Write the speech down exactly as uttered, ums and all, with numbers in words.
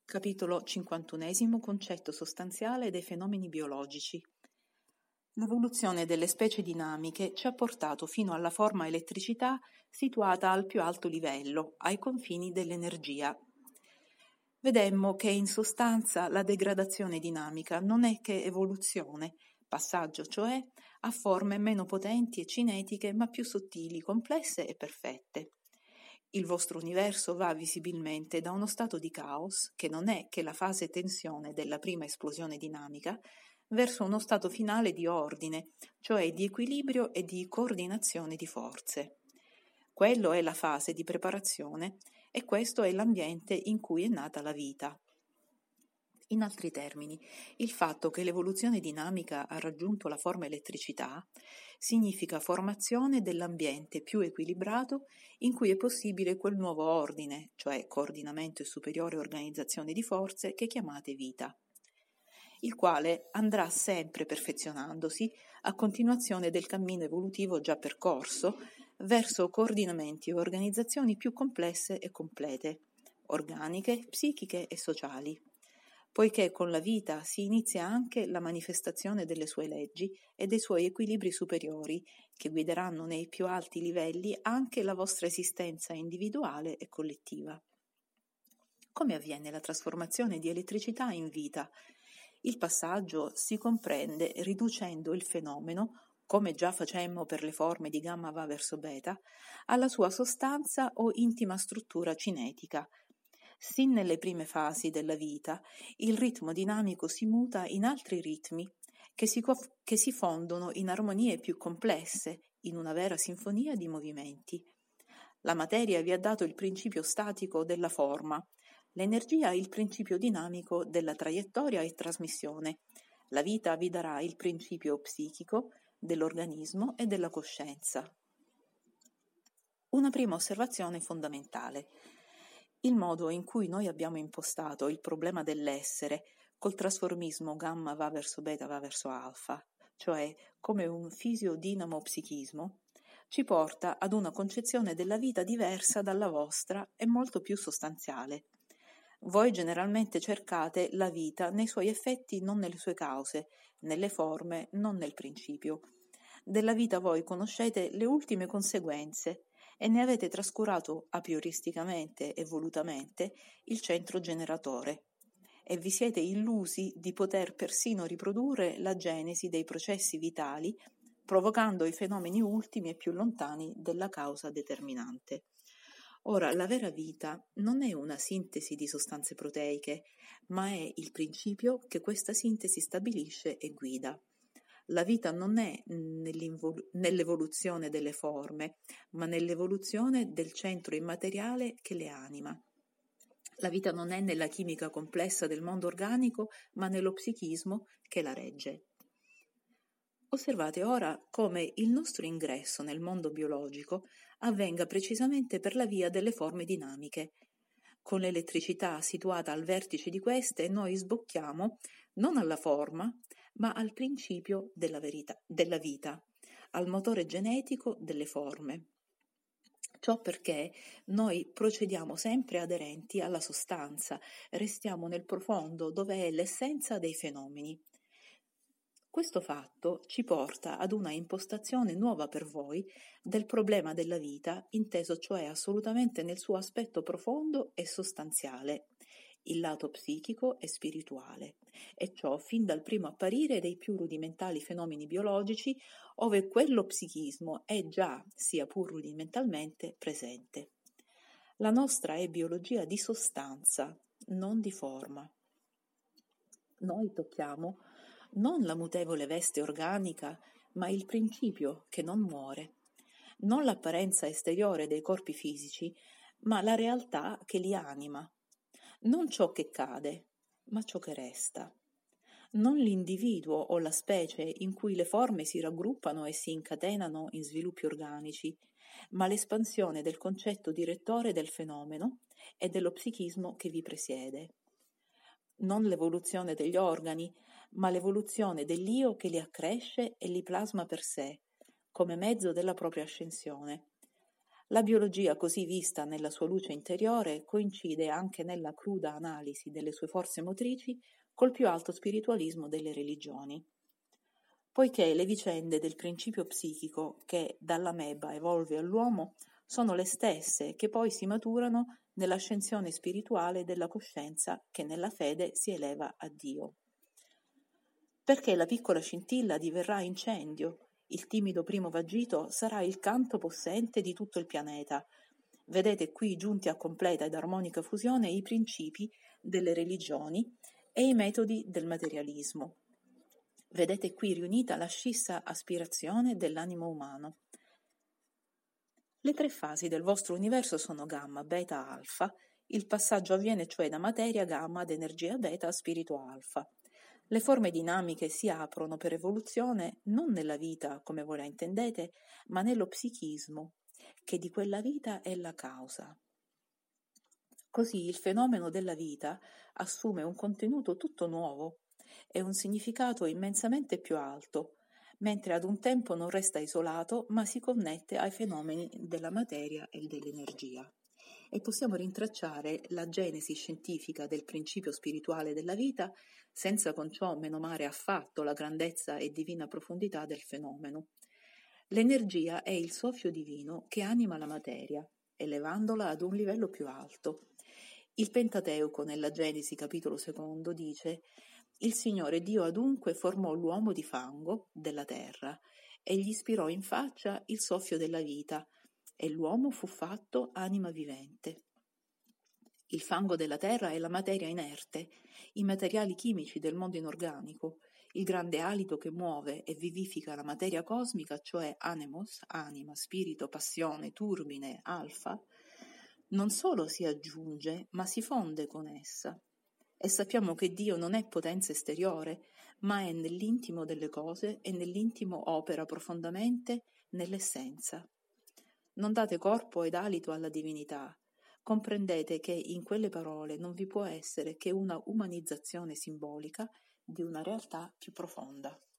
Capitolo cinquantunesimo. Concetto sostanziale dei fenomeni biologici. L'evoluzione delle specie dinamiche ci ha portato fino alla forma elettricità situata al più alto livello, ai confini dell'energia. Vedemmo che in sostanza la degradazione dinamica non è che evoluzione, passaggio cioè a forme meno potenti e cinetiche ma più sottili, complesse e perfette. Il vostro universo va visibilmente da uno stato di caos, che non è che la fase tensione della prima esplosione dinamica, verso uno stato finale di ordine, cioè di equilibrio e di coordinazione di forze. Quello è la fase di preparazione e questo è l'ambiente in cui è nata la vita. In altri termini, il fatto che l'evoluzione dinamica ha raggiunto la forma elettricità significa formazione dell'ambiente più equilibrato in cui è possibile quel nuovo ordine, cioè coordinamento e superiore organizzazione di forze che chiamate vita, il quale andrà sempre perfezionandosi a continuazione del cammino evolutivo già percorso verso coordinamenti e organizzazioni più complesse e complete, organiche, psichiche e sociali. Poiché con la vita si inizia anche la manifestazione delle sue leggi e dei suoi equilibri superiori, che guideranno nei più alti livelli anche la vostra esistenza individuale e collettiva. Come avviene la trasformazione di elettricità in vita? Il passaggio si comprende riducendo il fenomeno, come già facemmo per le forme di gamma va verso beta, alla sua sostanza o intima struttura cinetica. Sin nelle prime fasi della vita, il ritmo dinamico si muta in altri ritmi che si, co- che si fondono in armonie più complesse, in una vera sinfonia di movimenti. La materia vi ha dato il principio statico della forma, l'energia il principio dinamico della traiettoria e trasmissione, la vita vi darà il principio psichico dell'organismo e della coscienza. Una prima osservazione fondamentale. Il modo in cui noi abbiamo impostato il problema dell'essere col trasformismo gamma va verso beta va verso alfa, cioè come un fisiodinamo-psichismo, ci porta ad una concezione della vita diversa dalla vostra e molto più sostanziale. Voi generalmente cercate la vita nei suoi effetti, non nelle sue cause, nelle forme, non nel principio. Della vita voi conoscete le ultime conseguenze e ne avete trascurato a prioristicamente e volutamente il centro generatore e vi siete illusi di poter persino riprodurre la genesi dei processi vitali, provocando i fenomeni ultimi e più lontani della causa determinante. Ora, la vera vita non è una sintesi di sostanze proteiche, ma è il principio che questa sintesi stabilisce e guida. La vita non è nell'evoluzione delle forme, ma nell'evoluzione del centro immateriale che le anima. La vita non è nella chimica complessa del mondo organico, ma nello psichismo che la regge. Osservate ora come il nostro ingresso nel mondo biologico avvenga precisamente per la via delle forme dinamiche. Con l'elettricità situata al vertice di queste, noi sbocchiamo non alla forma, ma al principio della verità, della vita, al motore genetico delle forme. Ciò perché noi procediamo sempre aderenti alla sostanza, restiamo nel profondo dove è l'essenza dei fenomeni. Questo fatto ci porta ad una impostazione nuova per voi del problema della vita, inteso cioè assolutamente nel suo aspetto profondo e sostanziale, il lato psichico e spirituale, e ciò fin dal primo apparire dei più rudimentali fenomeni biologici, ove quello psichismo è già, sia pur rudimentalmente, presente. La nostra è biologia di sostanza, non di forma. Noi tocchiamo non la mutevole veste organica, ma il principio che non muore, non l'apparenza esteriore dei corpi fisici, ma la realtà che li anima, non ciò che cade, ma ciò che resta, non l'individuo o la specie in cui le forme si raggruppano e si incatenano in sviluppi organici, ma l'espansione del concetto direttore del fenomeno e dello psichismo che vi presiede. Non l'evoluzione degli organi, ma l'evoluzione dell'io che li accresce e li plasma per sé, come mezzo della propria ascensione. La biologia così vista nella sua luce interiore coincide anche nella cruda analisi delle sue forze motrici col più alto spiritualismo delle religioni. Poiché le vicende del principio psichico che dall'ameba evolve all'uomo sono le stesse che poi si maturano nell'ascensione spirituale della coscienza che nella fede si eleva a Dio. Perché la piccola scintilla diverrà incendio, il timido primo vagito sarà il canto possente di tutto il pianeta. Vedete qui giunti a completa ed armonica fusione i principi delle religioni e i metodi del materialismo. Vedete qui riunita la scissa aspirazione dell'animo umano. Le tre fasi del vostro universo sono gamma, beta, alfa. Il passaggio avviene cioè da materia gamma ad energia beta a spirito alfa. Le forme dinamiche si aprono per evoluzione non nella vita, come voi la intendete, ma nello psichismo, che di quella vita è la causa. Così il fenomeno della vita assume un contenuto tutto nuovo e un significato immensamente più alto, mentre ad un tempo non resta isolato, ma si connette ai fenomeni della materia e dell'energia. E possiamo rintracciare la genesi scientifica del principio spirituale della vita, senza con ciò menomare affatto la grandezza e divina profondità del fenomeno. L'energia è il soffio divino che anima la materia, elevandola ad un livello più alto. Il Pentateuco, nella Genesi capitolo secondo, dice: «Il Signore Dio adunque formò l'uomo di fango della terra e gli spirò in faccia il soffio della vita, e l'uomo fu fatto anima vivente». Il fango della terra è la materia inerte, i materiali chimici del mondo inorganico, il grande alito che muove e vivifica la materia cosmica, cioè anemos, anima, spirito, passione, turbine, alfa, non solo si aggiunge, ma si fonde con essa. E sappiamo che Dio non è potenza esteriore, ma è nell'intimo delle cose e nell'intimo opera profondamente nell'essenza. Non date corpo ed alito alla divinità. Comprendete che in quelle parole non vi può essere che una umanizzazione simbolica di una realtà più profonda.